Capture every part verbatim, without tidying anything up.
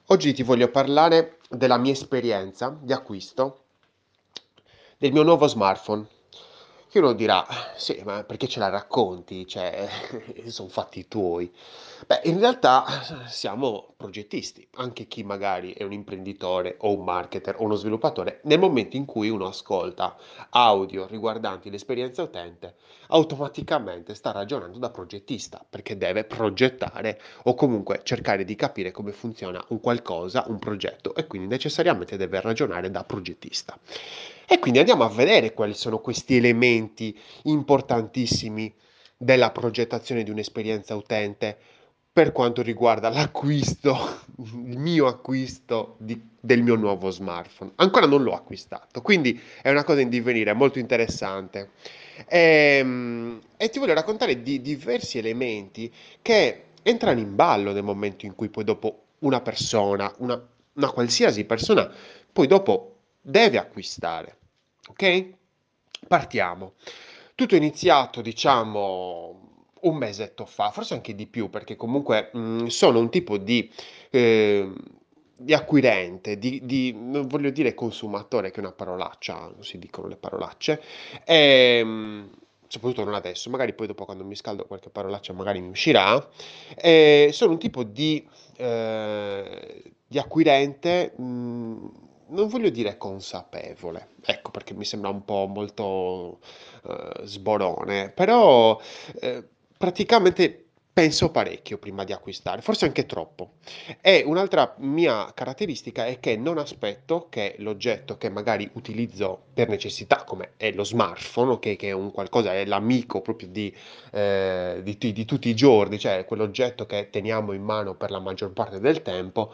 Oggi ti voglio parlare della mia esperienza di acquisto del mio nuovo smartphone. Che uno dirà: "Sì, ma perché ce la racconti? Cioè, son fatti tuoi". Beh, in realtà s siamo progettisti. Anche chi magari è un imprenditore o un marketer o uno sviluppatore, nel momento in cui uno ascolta audio riguardanti l'esperienza utente, automaticamente sta ragionando da progettista, perché deve progettare o comunque cercare di capire come funziona un qualcosa, un progetto e quindi necessariamente deve ragionare da progettista. E quindi andiamo a vedere quali sono questi elementi importantissimi della progettazione di un'esperienza utente per quanto riguarda l'acquisto, il mio acquisto di- del mio nuovo smartphone. Ancora non l'ho acquistato, quindi è una cosa in divenire molto interessante. Ehm, E, ti voglio raccontare di diversi elementi che entrano in ballo nel momento in cui poi dopo una persona, una, una qualsiasi persona, poi dopo deve acquistare. Ok? Partiamo. Tutto è iniziato, diciamo, un mesetto fa, forse anche di più, perché comunque mh, sono un tipo di, eh, di acquirente, di, di- non voglio dire consumatore, che è una parolaccia, non si dicono le parolacce, e, soprattutto non adesso, magari poi dopo quando mi scaldo qualche parolaccia magari mi uscirà. E sono un tipo di, eh, di acquirente, mh, non voglio dire consapevole, ecco perché mi sembra un po' molto eh, sborone, però eh, praticamente penso parecchio prima di acquistare, forse anche troppo. E un'altra mia caratteristica è che non aspetto che l'oggetto che magari utilizzo per necessità, come è lo smartphone, ok, che è un qualcosa, è l'amico proprio di, eh, di, di tutti i giorni, cioè quell'oggetto che teniamo in mano per la maggior parte del tempo,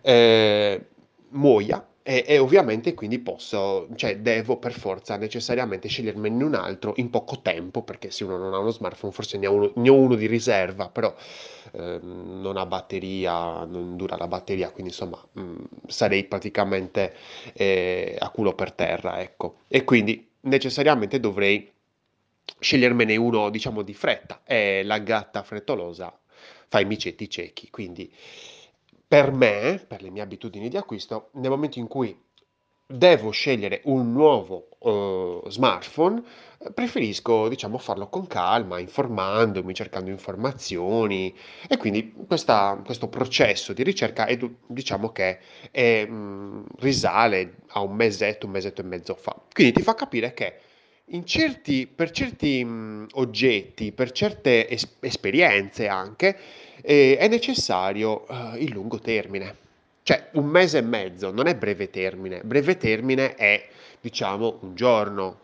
eh, muoia. E, e ovviamente quindi posso, cioè devo per forza necessariamente scegliermene un altro in poco tempo, perché se uno non ha uno smartphone forse ne ha uno, ne ho uno di riserva, però ehm, non ha batteria, non dura la batteria, quindi insomma mh, sarei praticamente eh, a culo per terra, ecco. E quindi necessariamente dovrei scegliermene uno, diciamo, di fretta. E la gatta frettolosa fa i micetti ciechi, quindi per me, per le mie abitudini di acquisto, nel momento in cui devo scegliere un nuovo eh, smartphone, eh, preferisco, diciamo, farlo con calma, informandomi, cercando informazioni e quindi questa- questo processo di ricerca è, du- diciamo che è, mh, risale a un mesetto, un mesetto e mezzo fa. Quindi ti fa capire che in certi, per certi mh, oggetti, per certe es- esperienze anche, eh, è necessario eh, il lungo termine. Cioè, un mese e mezzo non è breve termine. Breve termine è, diciamo, un giorno,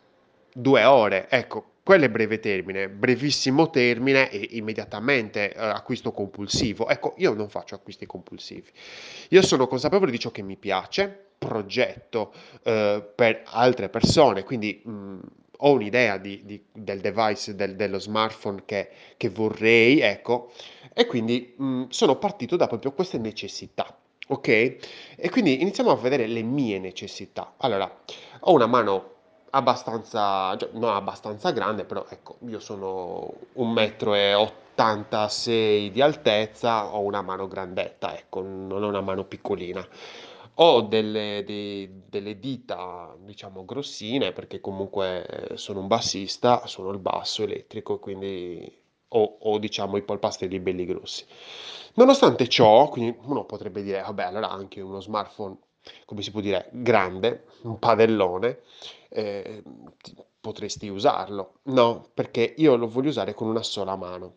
due ore. Ecco, quello è breve termine. Brevissimo termine e immediatamente eh, acquisto compulsivo. Ecco, io non faccio acquisti compulsivi. Io sono consapevole di ciò che mi piace, progetto eh, per altre persone, quindi mh, ho un'idea di- di- del device, del- dello smartphone che, che vorrei, ecco, e quindi mh, sono partito da proprio queste necessità. Ok? E quindi iniziamo a vedere le mie necessità. Allora, ho una mano abbastanza, cioè, non abbastanza grande, però ecco, io sono un metro e ottantasei di altezza, ho una mano grandetta, ecco, non ho una mano piccolina. Ho delle, dei- delle dita, diciamo, grossine, perché comunque eh, sono un bassista, sono il basso elettrico, quindi ho, ho, diciamo, i polpastrelli belli grossi. Nonostante ciò, quindi uno potrebbe dire, vabbè, allora anche uno smartphone, come si può dire, grande, un padellone, eh, ti- potresti usarlo. No, perché io lo voglio usare con una sola mano.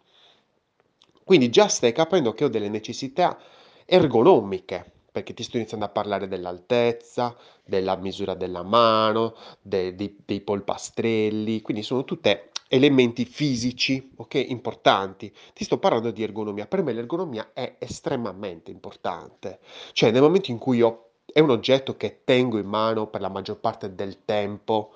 Quindi già stai capendo che ho delle necessità ergonomiche, perché ti sto iniziando a parlare dell'altezza, della misura della mano, de- dei, dei polpastrelli, quindi sono tutte elementi fisici, ok, importanti. Ti sto parlando di ergonomia. Per me l'ergonomia è estremamente importante. Cioè, nel momento in cui ho, è un oggetto che tengo in mano per la maggior parte del tempo,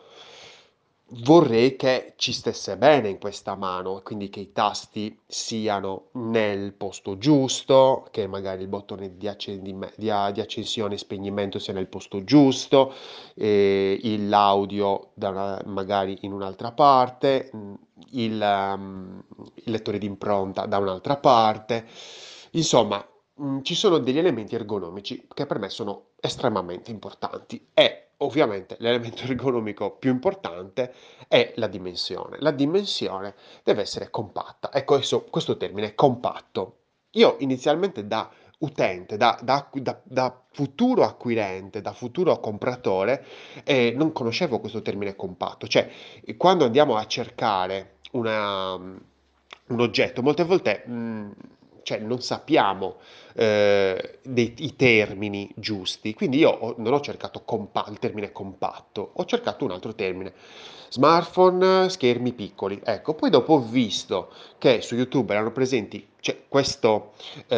vorrei che ci stesse bene in questa mano, quindi che i tasti siano nel posto giusto, che magari il bottone di, accendime- di a- di accensione e spegnimento sia nel posto giusto, e il- l'audio da una- magari in un'altra parte, mh, il, ehm, il lettore d'impronta da un'altra parte. Insomma, mhmm, ci sono degli elementi ergonomici che per me sono estremamente importanti e ovviamente l'elemento ergonomico più importante è la dimensione. La dimensione deve essere compatta. Ecco, esso questo termine compatto. Io inizialmente da utente, da da acqui da da futuro acquirente, da futuro compratore, ehm, non conoscevo questo termine compatto. Cioè, ehm, quando andiamo a cercare una mhmm, un oggetto molte volte, mhmm, cioè non sappiamo, ehm, dei i termini giusti. Quindi io ho non ho cercato compa il termine compatto, ho cercato un altro termine. Smartphone, schermi piccoli. Ecco, poi dopo ho visto che su YouTube erano presenti cioè questo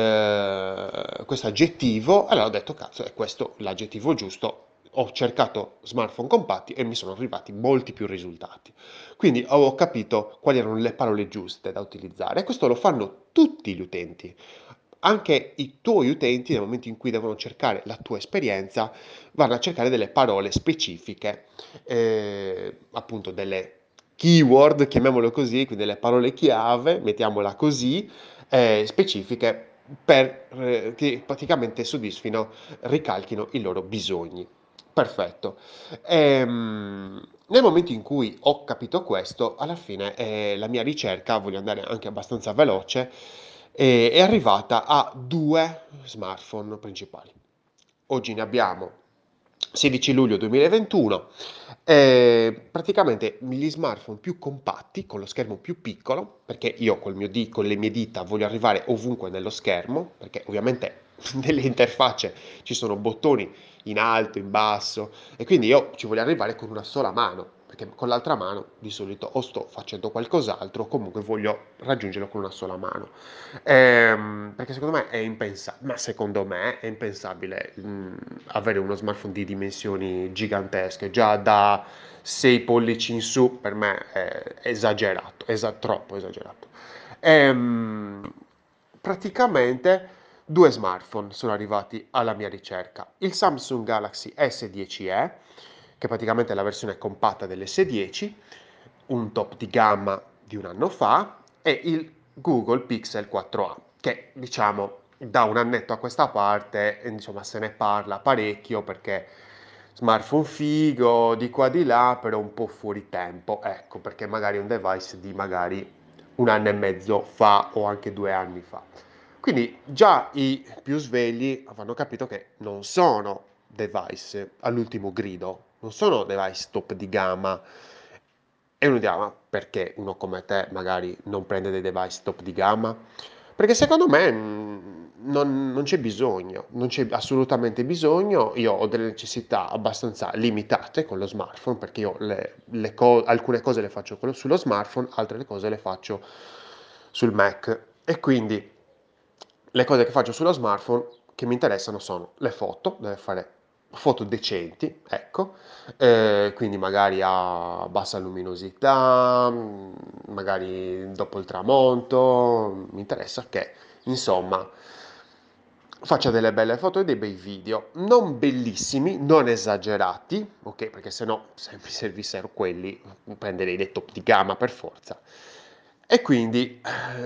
ehm, questo aggettivo, allora ho detto: "Cazzo, è questo l'aggettivo giusto." Ho cercato smartphone compatti e mi sono arrivati molti più risultati. Quindi ho capito quali erano le parole giuste da utilizzare e questo lo fanno tutti gli utenti. Anche i tuoi utenti, nel momento in cui devono cercare la tua esperienza, vanno a cercare delle parole specifiche, ehm, appunto delle keyword, chiamiamolo così, quindi delle parole chiave, mettiamola così, ehm, specifiche per ehm, che praticamente soddisfino, ricalchino i loro bisogni. Perfetto. Ehm, nel momento in cui ho capito questo, alla fine, ehm, la mia ricerca, voglio andare anche abbastanza veloce, ehm, è arrivata a due smartphone principali. Oggi ne abbiamo sedici luglio duemilaventuno, ehm, praticamente gli smartphone più compatti, con lo schermo più piccolo, perché io col mio di con le mie dita voglio arrivare ovunque nello schermo, perché ovviamente nelle interfacce ci sono bottoni in alto, in basso e quindi io ci voglio arrivare con una sola mano, perché con l'altra mano di solito o sto facendo qualcos'altro o comunque voglio raggiungerlo con una sola mano. Ehm, perché secondo me è impensa ma secondo me è impensabile, mhmm, avere uno smartphone di dimensioni gigantesche. Già da sei pollici in su per me è esagerato, esa troppo esagerato. Ehm, praticamente due smartphone sono arrivati alla mia ricerca. Il Samsung Galaxy S dieci e, che praticamente è la versione compatta dell'S dieci, un top di gamma di un anno fa, e il Google Pixel quattro a, che diciamo da un annetto a questa parte, eh, insomma, se ne parla parecchio perché smartphone figo, di qua di là, però un po' fuori tempo, ecco, perché magari è un device di magari un anno e mezzo fa o anche due anni fa. Quindi già i più svegli avranno capito che non sono device all'ultimo grido, non sono device top di gamma. E uno dirà: "Ma perché uno come te magari non prende dei device top di gamma?" Perché secondo me, mhmm, non non c'è bisogno, non c'è assolutamente bisogno. Io ho delle necessità abbastanza limitate con lo smartphone, perché io le le co alcune cose le faccio con lo sullo smartphone, altre le cose le faccio sul Mac e quindi le cose che faccio sullo smartphone che mi interessano sono le foto, deve fare foto decenti, ecco, ehm, quindi magari a bassa luminosità, mhmm, magari dopo il tramonto, mi interessa che insomma faccia delle belle foto e dei bei video, non bellissimi, non esagerati, okay, perché se no se mi servissero quelli prenderei dei top di gamma per forza. E quindi,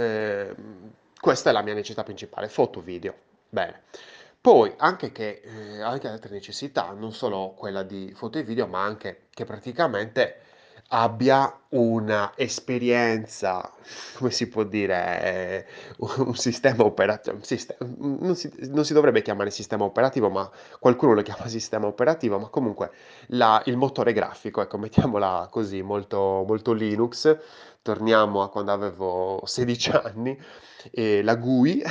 ehm, questa è la mia necessità principale, foto, video. Bene. Poi anche che ehm, anche altre necessità, non solo quella di foto e video, ma anche che praticamente abbia una esperienza, come si può dire, ehm, un sistema operatio un siste mhmm, non si non si dovrebbe chiamare sistema operativo, ma qualcuno lo chiama sistema operativo, ma comunque la il motore grafico, ecco, mettiamola così, molto molto Linux. Torniamo a quando avevo sedici anni, e la G U I,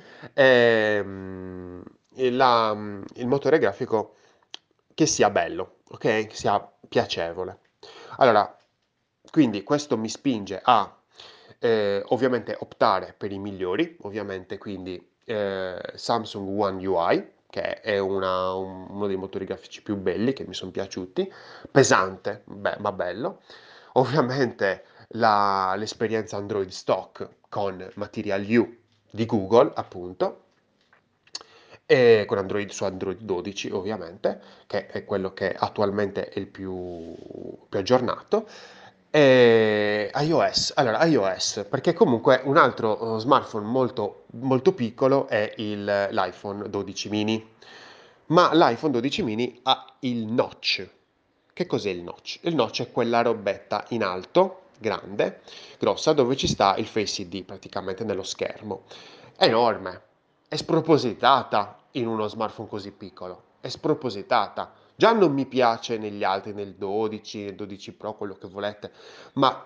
ehm, e la mhmm, il motore grafico che sia bello, okay, che sia piacevole. Allora, quindi questo mi spinge a, ehm, ovviamente optare per i migliori, ovviamente quindi, ehm, Samsung One U I, che è una un uno dei motori grafici più belli che mi son piaciuti, pesante, beh, ma bello. Ovviamente la l'esperienza Android stock con Material You di Google, appunto, e con Android su Android dodici ovviamente, che è quello che attualmente è il più più aggiornato. Ehm, iOS, allora iOS, perché comunque un altro, uhm, smartphone molto molto piccolo è il l'iPhone dodici mini, ma l'iPhone dodici mini ha il notch. Che cos'è il notch? Il notch è quella robetta in alto, grande, grossa, dove ci sta il Face I D praticamente nello schermo. È enorme, è spropositata in uno smartphone così piccolo, è spropositata. Già non mi piace negli altri, nel dodici, nel dodici Pro, quello che volete, ma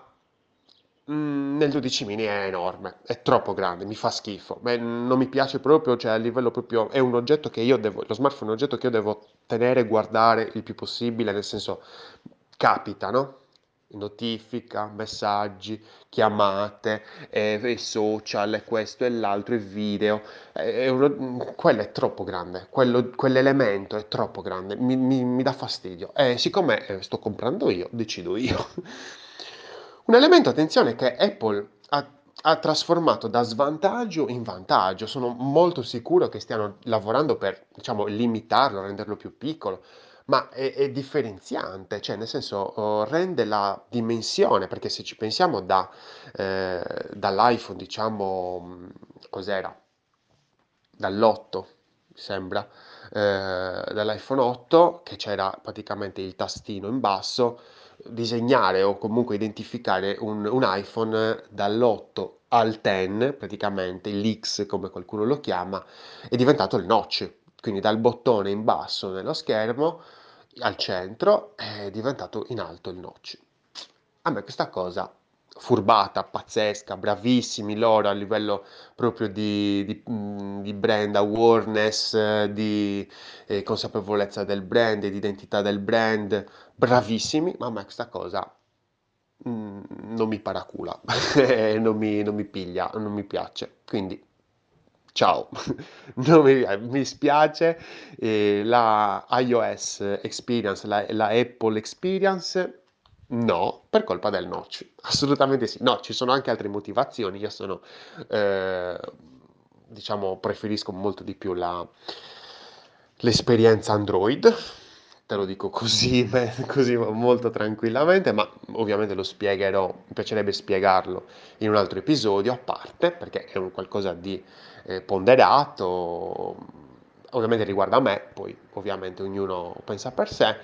mm, nel dodici mini è enorme, è troppo grande, mi fa schifo. Beh, non mi piace proprio, cioè a livello proprio, è un oggetto che io devo, lo smartphone è un oggetto che io devo tenere e guardare il più possibile, nel senso, capita, no? Notifica, messaggi, chiamate, eh, i social, e questo e l'altro, e video. Eh, è uno- quello è troppo grande, quello- quell'elemento è troppo grande, mi, mi- mi dà fastidio. E siccome eh, sto comprando io, decido io. Un elemento, attenzione, che Apple ha, ha trasformato da svantaggio in vantaggio. Sono molto sicuro che stiano lavorando per, diciamo, limitarlo, renderlo più piccolo, ma è, è differenziante, cioè nel senso oh, rende la dimensione, perché se ci pensiamo da, eh, dall'iPhone, diciamo, mh, cos'era? Dall'otto, mi sembra, eh, dall'iPhone otto, che c'era praticamente il tastino in basso, disegnare o comunque identificare un, un iPhone dall'otto al dieci, praticamente l'X come qualcuno lo chiama, è diventato il notch, quindi dal bottone in basso nello schermo al centro è diventato in alto il notch. A me questa cosa furbata, pazzesca, bravissimi loro a livello proprio di, di, mh, di brand awareness, eh, di eh, consapevolezza del brand, di identità del brand, bravissimi, ma a me questa cosa mh, non mi paracula, non mi, non mi piglia, non mi piace. Quindi, ciao, non mi, mi spiace, eh, la iOS experience, la, la Apple experience, no, per colpa del notch. Assolutamente sì. No, ci sono anche altre motivazioni. Io sono, eh, diciamo, preferisco molto di più la, l'esperienza Android. Te lo dico così, beh, così molto tranquillamente, ma ovviamente lo spiegherò, mi piacerebbe spiegarlo in un altro episodio a parte, perché è un qualcosa di eh, ponderato, ovviamente riguarda me, poi ovviamente ognuno pensa per sé.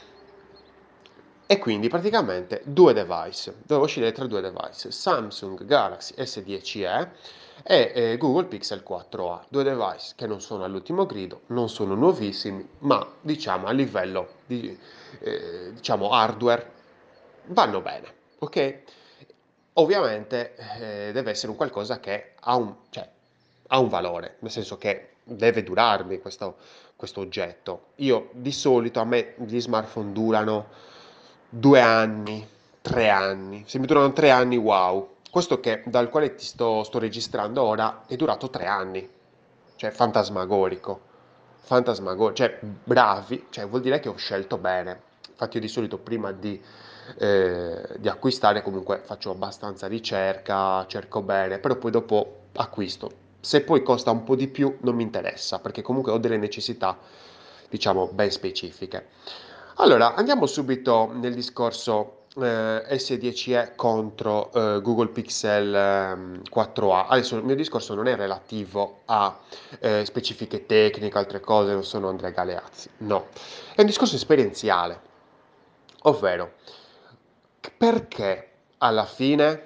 E quindi praticamente due device, dovevo scegliere tra due device, Samsung Galaxy S dieci e e eh, Google Pixel quattro a, due device che non sono all'ultimo grido, non sono nuovissimi, ma diciamo a livello di eh, diciamo hardware vanno bene, ok? Ovviamente eh, deve essere un qualcosa che ha un, cioè, ha un valore, nel senso che deve durarmi questo, questo oggetto. Io di solito a me gli smartphone durano due anni, tre anni. Se mi durano tre anni, wow. Questo che dal quale ti sto, sto registrando ora è durato tre anni. Cioè, fantasmagorico. Fantasmagorico. Cioè, bravi. Cioè, vuol dire che ho scelto bene. Infatti io di solito prima di, eh, di acquistare comunque faccio abbastanza ricerca, cerco bene, però poi dopo acquisto. Se poi costa un po' di più non mi interessa, perché comunque ho delle necessità, diciamo, ben specifiche. Allora, andiamo subito nel discorso eh, S dieci e contro eh, Google Pixel ehm, quattro a. Adesso il mio discorso non è relativo a eh, specifiche tecniche, altre cose, non sono Andrea Galeazzi, no. È un discorso esperienziale, ovvero perché alla fine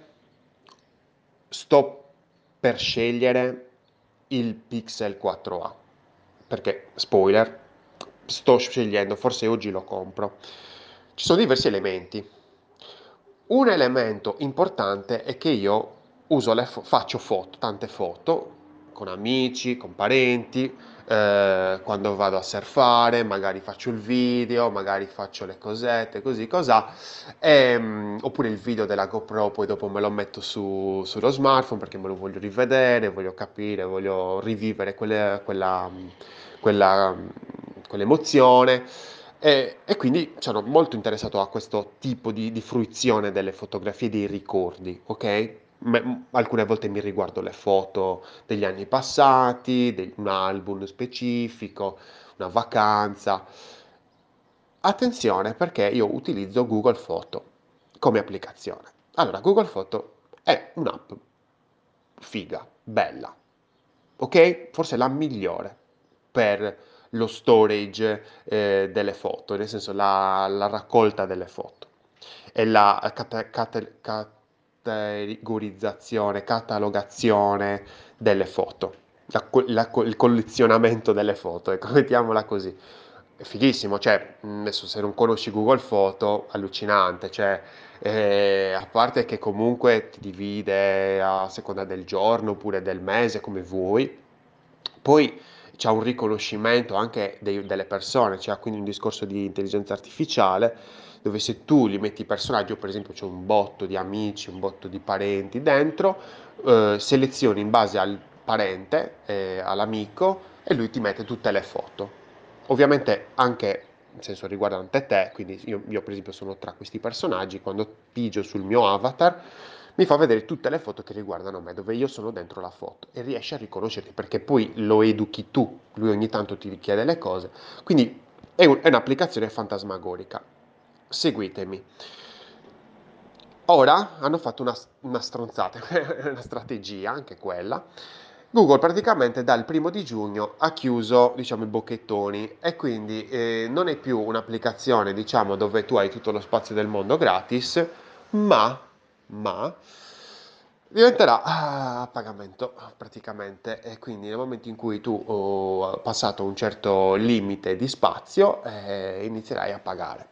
sto per scegliere il Pixel quattro a. Perché, spoiler, sto scegliendo, forse oggi lo compro. Ci sono diversi elementi. Un elemento importante è che io uso le fo- faccio foto, tante foto con amici, con parenti, eh, quando vado a surfare, magari faccio il video, magari faccio le cosette, così, cosà, Ehm, oppure il video della GoPro, poi dopo me lo metto su- sullo smartphone perché me lo voglio rivedere, voglio capire, voglio rivivere quelle- quella, quella, quell'emozione. E, e quindi sono molto interessato a questo tipo di, di fruizione delle fotografie, dei ricordi, ok? Me- alcune volte mi riguardo le foto degli anni passati, di un album specifico, una vacanza. Attenzione perché io utilizzo Google Foto. come applicazione. Allora, Google Foto è un'app figa, bella, ok? Forse la migliore per lo storage eh, delle foto, nel senso la, la raccolta delle foto e la cate- cate- categorizzazione, catalogazione delle foto, la co- la co- il collezionamento delle foto, ecco, mettiamola così. È fighissimo, cioè, mh, adesso se non conosci Google Foto, allucinante, cioè, eh, a parte che comunque ti divide a seconda del giorno oppure del mese, come vuoi, poi c'è un riconoscimento anche dei- delle persone, c'è quindi un discorso di intelligenza artificiale, dove se tu li metti personaggi, o per esempio c'è un botto di amici, un botto di parenti dentro, eh, selezioni in base al parente, eh, all'amico, e lui ti mette tutte le foto. Ovviamente anche, nel senso riguardante te, quindi io, io per esempio sono tra questi personaggi, quando pigio sul mio avatar mi fa vedere tutte le foto che riguardano me, dove io sono dentro la foto e riesci a riconoscerti perché poi lo educhi tu, lui ogni tanto ti richiede le cose, quindi è, un- è un'applicazione fantasmagorica. Seguitemi. Ora hanno fatto una, una stronzata, una strategia, anche quella. Google praticamente dal primo di giugno ha chiuso, diciamo, i bocchettoni e quindi eh, non è più un'applicazione, diciamo, dove tu hai tutto lo spazio del mondo gratis, ma, ma diventerà ah, a pagamento praticamente e quindi nel momento in cui tu oh, hai passato un certo limite di spazio eh, inizierai a pagare.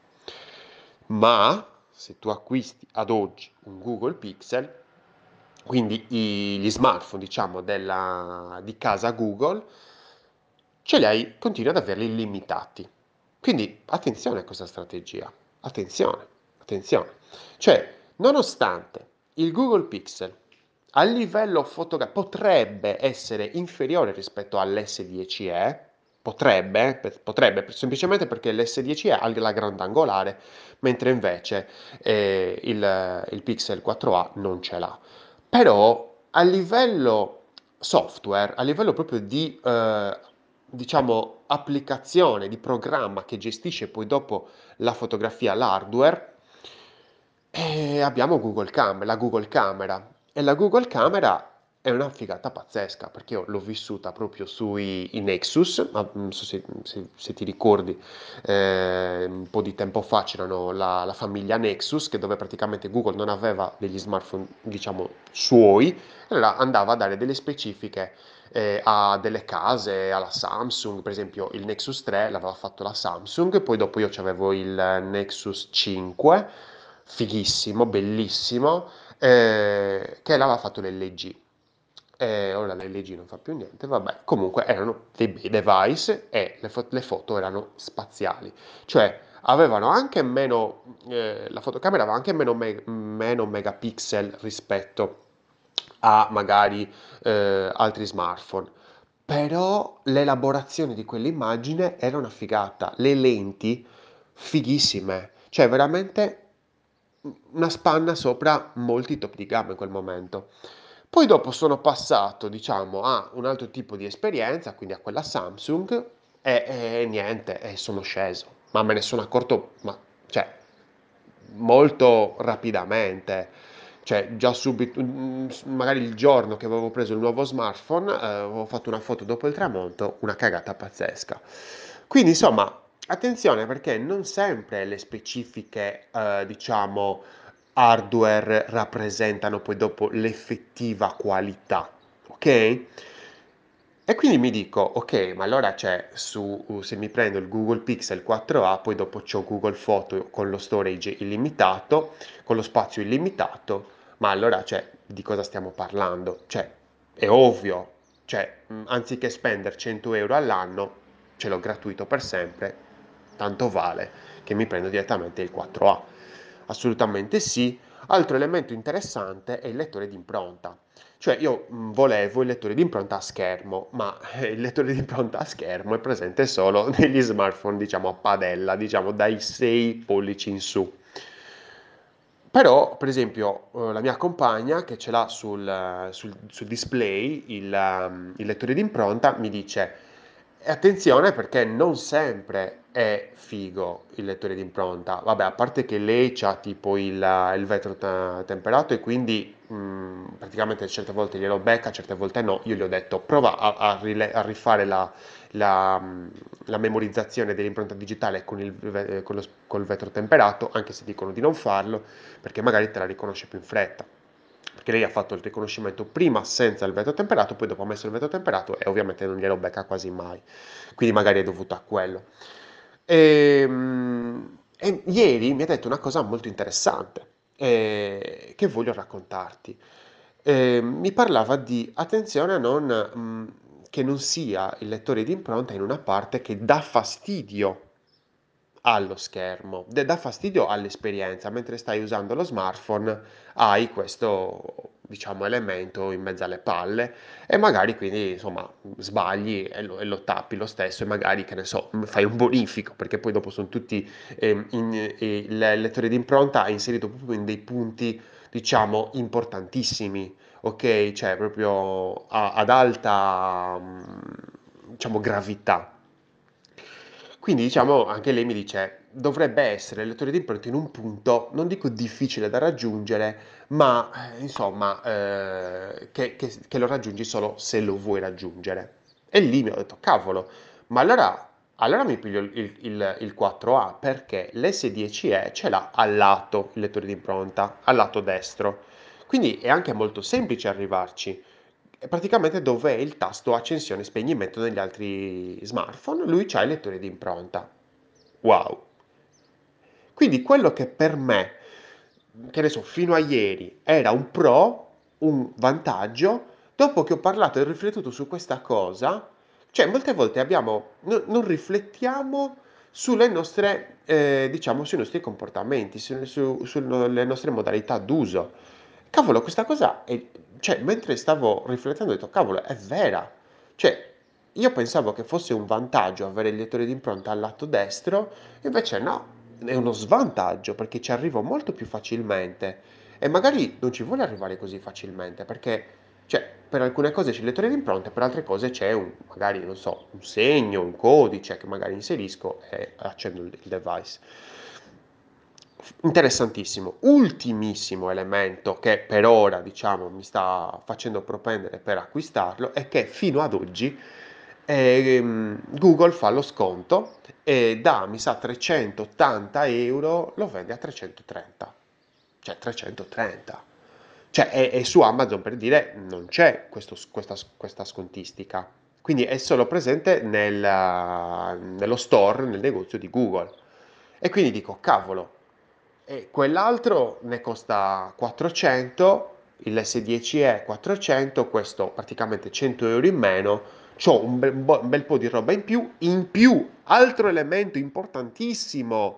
Ma se tu acquisti ad oggi un Google Pixel, quindi i- gli smartphone, diciamo, della- di casa Google, ce li hai, continui ad averli illimitati. Quindi attenzione a questa strategia, attenzione, attenzione. Cioè, nonostante il Google Pixel a livello fotografico potrebbe essere inferiore rispetto all'esse dieci e, potrebbe, eh, per- potrebbe, semplicemente perché l'esse dieci e ha la grandangolare, mentre invece eh, il, il Pixel quattro a non ce l'ha. Però a livello software, a livello proprio di, eh, diciamo, applicazione, di programma che gestisce poi dopo la fotografia, l'hardware, eh, abbiamo Google Cam, la Google Camera. E la Google Camera è una figata pazzesca, perché io l'ho vissuta proprio sui i Nexus, ma non so se, se- se ti ricordi, eh, un po' di tempo fa c'erano la, la famiglia Nexus, che dove praticamente Google non aveva degli smartphone, diciamo, suoi, allora andava a dare delle specifiche eh, a delle case, alla Samsung, per esempio il Nexus tre l'aveva fatto la Samsung, poi dopo io avevo il Nexus cinque, fighissimo, bellissimo, eh, che l'aveva fatto l'L G. E ora l'L G non fa più niente, vabbè, comunque erano dei bei device e le, fo- le foto erano spaziali, cioè avevano anche meno, eh, la fotocamera aveva anche meno, me- meno megapixel rispetto a magari eh, altri smartphone. Però l'elaborazione di quell'immagine era una figata, le lenti fighissime, cioè veramente una spanna sopra molti top di gamma in quel momento. Poi dopo sono passato, diciamo, a un altro tipo di esperienza, quindi a quella Samsung, e, e niente, e sono sceso. Ma me ne sono accorto, ma, cioè, molto rapidamente. Cioè, già subito, mm, magari il giorno che avevo preso il nuovo smartphone, eh, avevo fatto una foto dopo il tramonto, una cagata pazzesca. Quindi, insomma, attenzione perché non sempre le specifiche, eh, diciamo, hardware rappresentano poi dopo l'effettiva qualità, ok? E quindi mi dico, ok, ma allora c'è su, se mi prendo il Google Pixel quattro a, poi dopo c'ho Google Photo con lo storage illimitato, con lo spazio illimitato, ma allora, cioè, di cosa stiamo parlando? Cioè, è ovvio, cioè, mh, anziché spendere cento euro all'anno, ce l'ho gratuito per sempre, tanto vale che mi prendo direttamente il quattro a. Assolutamente sì. Altro elemento interessante è il lettore d'impronta. Cioè io mh, volevo il lettore d'impronta a schermo, ma eh, il lettore d'impronta a schermo è presente solo negli smartphone, diciamo a padella, diciamo dai sei pollici in su. Però, per esempio, eh, la mia compagna che ce l'ha sul, eh, sul- sul display il, ehm, il lettore d'impronta mi dice: "E attenzione perché non sempre è figo il lettore d'impronta. Vabbè, a parte che lei c'ha tipo il, il vetro te- temperato e quindi mh, praticamente certe volte glielo becca, certe volte no. Io gli ho detto prova a, a rile- a rifare la, la, mh, la memorizzazione dell'impronta digitale con il, ve- con lo- col vetro temperato, anche se dicono di non farlo, perché magari te la riconosce più in fretta. Perché lei ha fatto il riconoscimento prima senza il vetro temperato, poi dopo ha messo il vetro temperato e ovviamente non glielo becca quasi mai. Quindi magari è dovuto a quello. E, e ieri mi ha detto una cosa molto interessante eh, che voglio raccontarti. Eh, mi parlava di attenzione a non, mh, che non sia il lettore di impronta in una parte che dà fastidio allo schermo, de- dà fastidio all'esperienza. Mentre stai usando lo smartphone, hai questo, diciamo, elemento in mezzo alle palle e magari quindi, insomma, sbagli e lo, e lo tappi lo stesso e magari, che ne so, fai un bonifico, perché poi dopo sono tutti, ehm, in- eh, il lettore di impronta è inserito proprio in dei punti, diciamo, importantissimi, ok? Cioè proprio a- ad alta, mm, diciamo, gravità. Quindi diciamo anche lei mi dice dovrebbe essere il lettore di impronte in un punto, non dico difficile da raggiungere, ma eh, insomma eh, che, che- che lo raggiungi solo se lo vuoi raggiungere. E lì mi ho detto cavolo, ma allora, allora mi piglio il, il- il- il quattro A perché l'S dieci E ce l'ha al lato il lettore di impronta, al lato destro. Quindi è anche molto semplice arrivarci. È praticamente dove è il tasto accensione e spegnimento negli altri smartphone, lui c'ha il lettore di impronta. Wow. Quindi quello che per me, che ne so, fino a ieri era un pro, un vantaggio, dopo che ho parlato e riflettuto su questa cosa, cioè molte volte abbiamo, no- non riflettiamo sulle nostre, eh, diciamo, sui nostri comportamenti, su- su- sulle nostre modalità d'uso. Cavolo, questa cosa è, cioè, mentre stavo riflettendo ho detto, cavolo, è vera. Cioè, io pensavo che fosse un vantaggio avere il lettore di impronta al lato destro, invece no, è uno svantaggio perché ci arrivo molto più facilmente e magari non ci vuole arrivare così facilmente perché, cioè, per alcune cose c'è il lettore di impronta, per altre cose c'è un, magari, non so, un segno, un codice che magari inserisco e accendo il il device. Interessantissimo. Ultimissimo elemento che per ora, diciamo, mi sta facendo propendere per acquistarlo è che fino ad oggi ehm, Google fa lo sconto e da, mi sa, trecentottanta euro lo vende a trecentotrenta. Cioè, trecentotrenta. Cioè, e, e su Amazon, per dire, non c'è questo- questa, questa scontistica. Quindi è solo presente nel, nello store, nel negozio di Google. E quindi dico, cavolo, e quell'altro ne costa quattrocento, il S dieci E quattrocento, questo praticamente cento euro in meno, c'ho un bel, un bo- un bel po' di roba in più, in più, altro elemento importantissimo,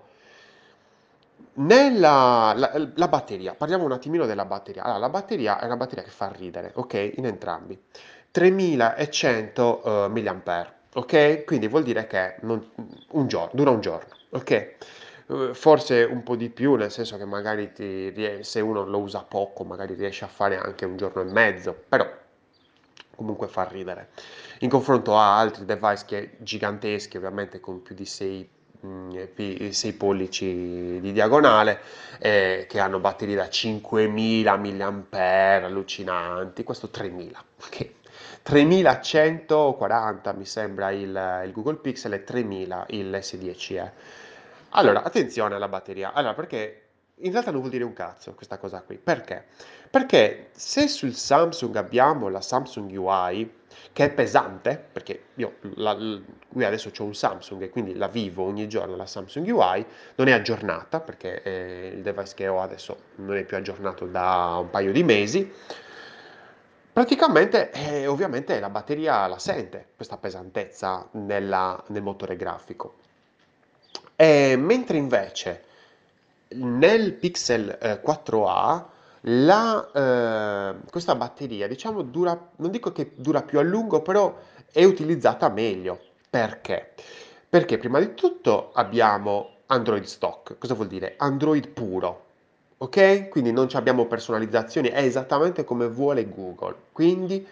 nella la, la batteria, parliamo un attimino della batteria. Allora, la batteria è una batteria che fa ridere, ok? In entrambi. tremilacento eh, milliampere, ok? Quindi vuol dire che non- un giorno, dura un giorno, ok? Eh, Forse un po' di più, nel senso che magari ti rie- se uno lo usa poco, magari riesce a fare anche un giorno e mezzo, però comunque fa ridere. In confronto a altri device che giganteschi, ovviamente con più di sei sei pollici di diagonale, eh, che hanno batterie da cinquemila milliampere, allucinanti, questo tremila, ok? tremilacentoquaranta mi sembra il, il Google Pixel e tremila il S dieci E. Allora, attenzione alla batteria. Allora, perché in realtà non vuol dire un cazzo questa cosa qui. Perché? Perché se sul Samsung abbiamo la Samsung U I, che è pesante, perché io la- l- qui adesso ho un Samsung e quindi la vivo ogni giorno la Samsung U I, non è aggiornata perché eh, il device che ho adesso non è più aggiornato da un paio di mesi. Praticamente, eh, ovviamente la batteria la sente questa pesantezza nella- nel motore grafico. E mentre invece nel Pixel eh, quattro A la, eh, questa batteria, diciamo, dura, non dico che dura più a lungo, però è utilizzata meglio. Perché? Perché prima di tutto abbiamo Android stock. Cosa vuol dire? Android puro. Ok? Quindi non ci abbiamo personalizzazioni, è esattamente come vuole Google. Quindi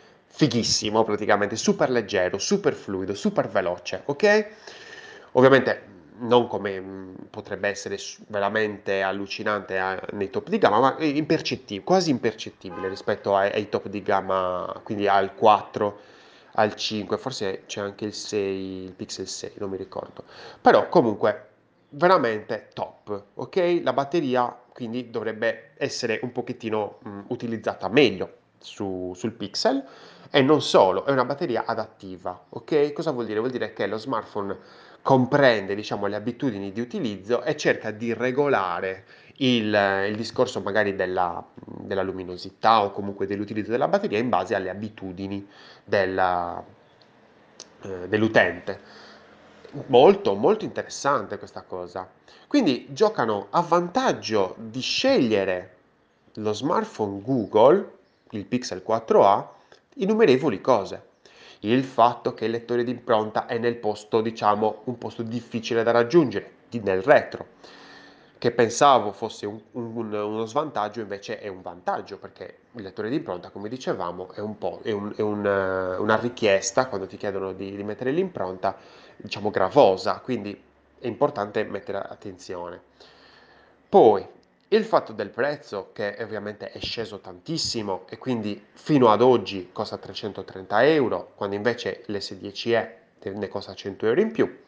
fighissimo praticamente, super leggero, super fluido, super veloce, ok? Ovviamente non come, mhmm, potrebbe essere s veramente allucinante a nei top di gamma, ma i impercetti quasi impercettibile rispetto ai ai top di gamma, quindi al quattro, al cinque, forse c'è anche il sei, il Pixel sei, non mi ricordo. Però comunque veramente top, okay, la batteria quindi dovrebbe essere un pochettino, mhmm, utilizzata meglio su sul Pixel e non solo, è una batteria adattiva, okay? Cosa vuol dire? Vuol dire che lo smartphone comprende, diciamo, le abitudini di utilizzo e cerca di regolare il il discorso magari della mhmm, della luminosità o comunque dell'utilizzo della batteria in base alle abitudini della ehm, dell'utente. Molto, molto interessante questa cosa. Quindi giocano a vantaggio di scegliere lo smartphone Google, il Pixel quattro a, innumerevoli cose. Il fatto che il lettore d'impronta è nel posto, diciamo, un posto difficile da raggiungere, di- nel retro, che pensavo fosse un- un- uno svantaggio, invece è un vantaggio, perché il lettore d'impronta, come dicevamo, è un po', è un- è un, eh, una richiesta, quando ti chiedono di, di mettere l'impronta, diciamo gravosa, quindi è importante mettere attenzione. Poi, il fatto del prezzo, che ovviamente è sceso tantissimo e quindi fino ad oggi costa trecentotrenta euro, quando invece l'S dieci e ne costa cento euro in più.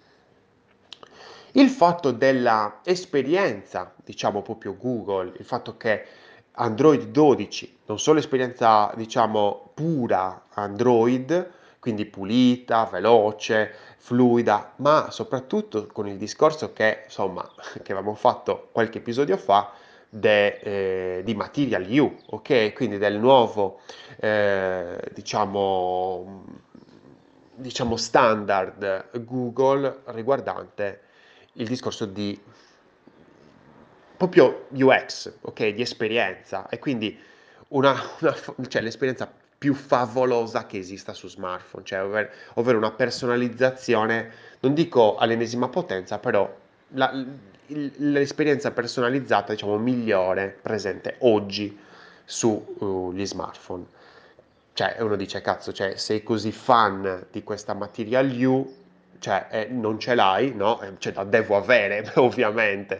Il fatto della esperienza, diciamo proprio Google, il fatto che Android dodici, non solo esperienza, diciamo, pura Android, quindi pulita, veloce, fluida, ma soprattutto con il discorso che, insomma, che avevamo fatto qualche episodio fa, de, eh, di Material You, ok? Quindi del nuovo, eh, diciamo, diciamo standard Google riguardante il discorso di proprio U X, ok? Di esperienza e quindi una, una cioè l'esperienza più favolosa che esista su smartphone, cioè ovvero, ovvero una personalizzazione, non dico all'ennesima potenza, però la- il- l'esperienza personalizzata, diciamo, migliore presente oggi sugli smartphone. Cioè, uno dice, cazzo, cioè, sei così fan di questa Material You, cioè, eh, non ce l'hai, no? Eh, cioè, la devo avere, ovviamente.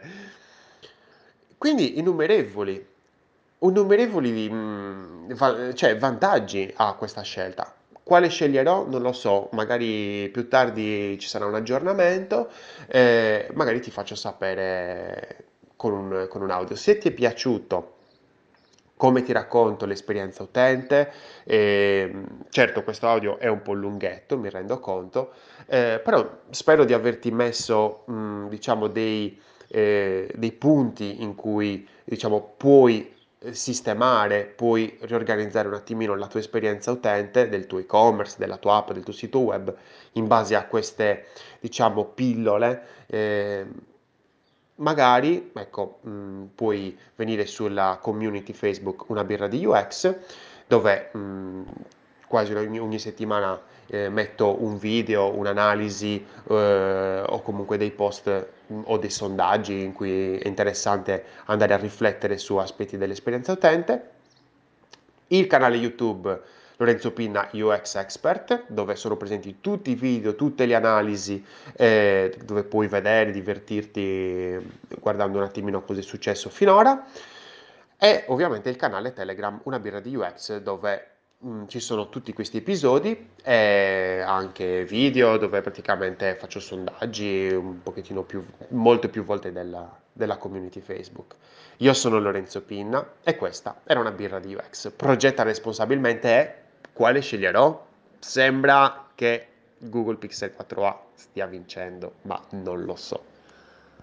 Quindi innumerevoli, innumerevoli mh, va- cioè, vantaggi ha questa scelta. Quale sceglierò? Non lo so, magari più tardi ci sarà un aggiornamento, eh, magari ti faccio sapere con un, con un audio. Se ti è piaciuto come ti racconto l'esperienza utente, ehm, certo questo audio è un po' lunghetto, mi rendo conto, eh, però spero di averti messo, mh, diciamo, dei, eh, dei punti in cui, diciamo, puoi eh, sistemare, puoi riorganizzare un attimino la tua esperienza utente del tuo e-commerce, della tua app, del tuo sito web in base a queste, diciamo, pillole. eh, Magari, ecco, mh, puoi venire sulla community Facebook Una birra di U X, dove mh, quasi ogni, ogni settimana eh, metto un video, un'analisi eh, o comunque dei post mh, o dei sondaggi in cui è interessante andare a riflettere su aspetti dell'esperienza utente. Il canale YouTube Lorenzo Pinna U X Expert, dove sono presenti tutti i video, tutte le analisi, eh, dove puoi vedere, divertirti eh, guardando un attimino cosa è successo finora. E ovviamente il canale Telegram Una birra di U X, dove mh, ci sono tutti questi episodi e anche video dove praticamente faccio sondaggi un pochettino più, molte più volte della, della community Facebook. Io sono Lorenzo Pinna e questa era una birra di U X. Progetta responsabilmente è quale sceglierò? Sembra che Google Pixel quattro a stia vincendo, ma non lo so.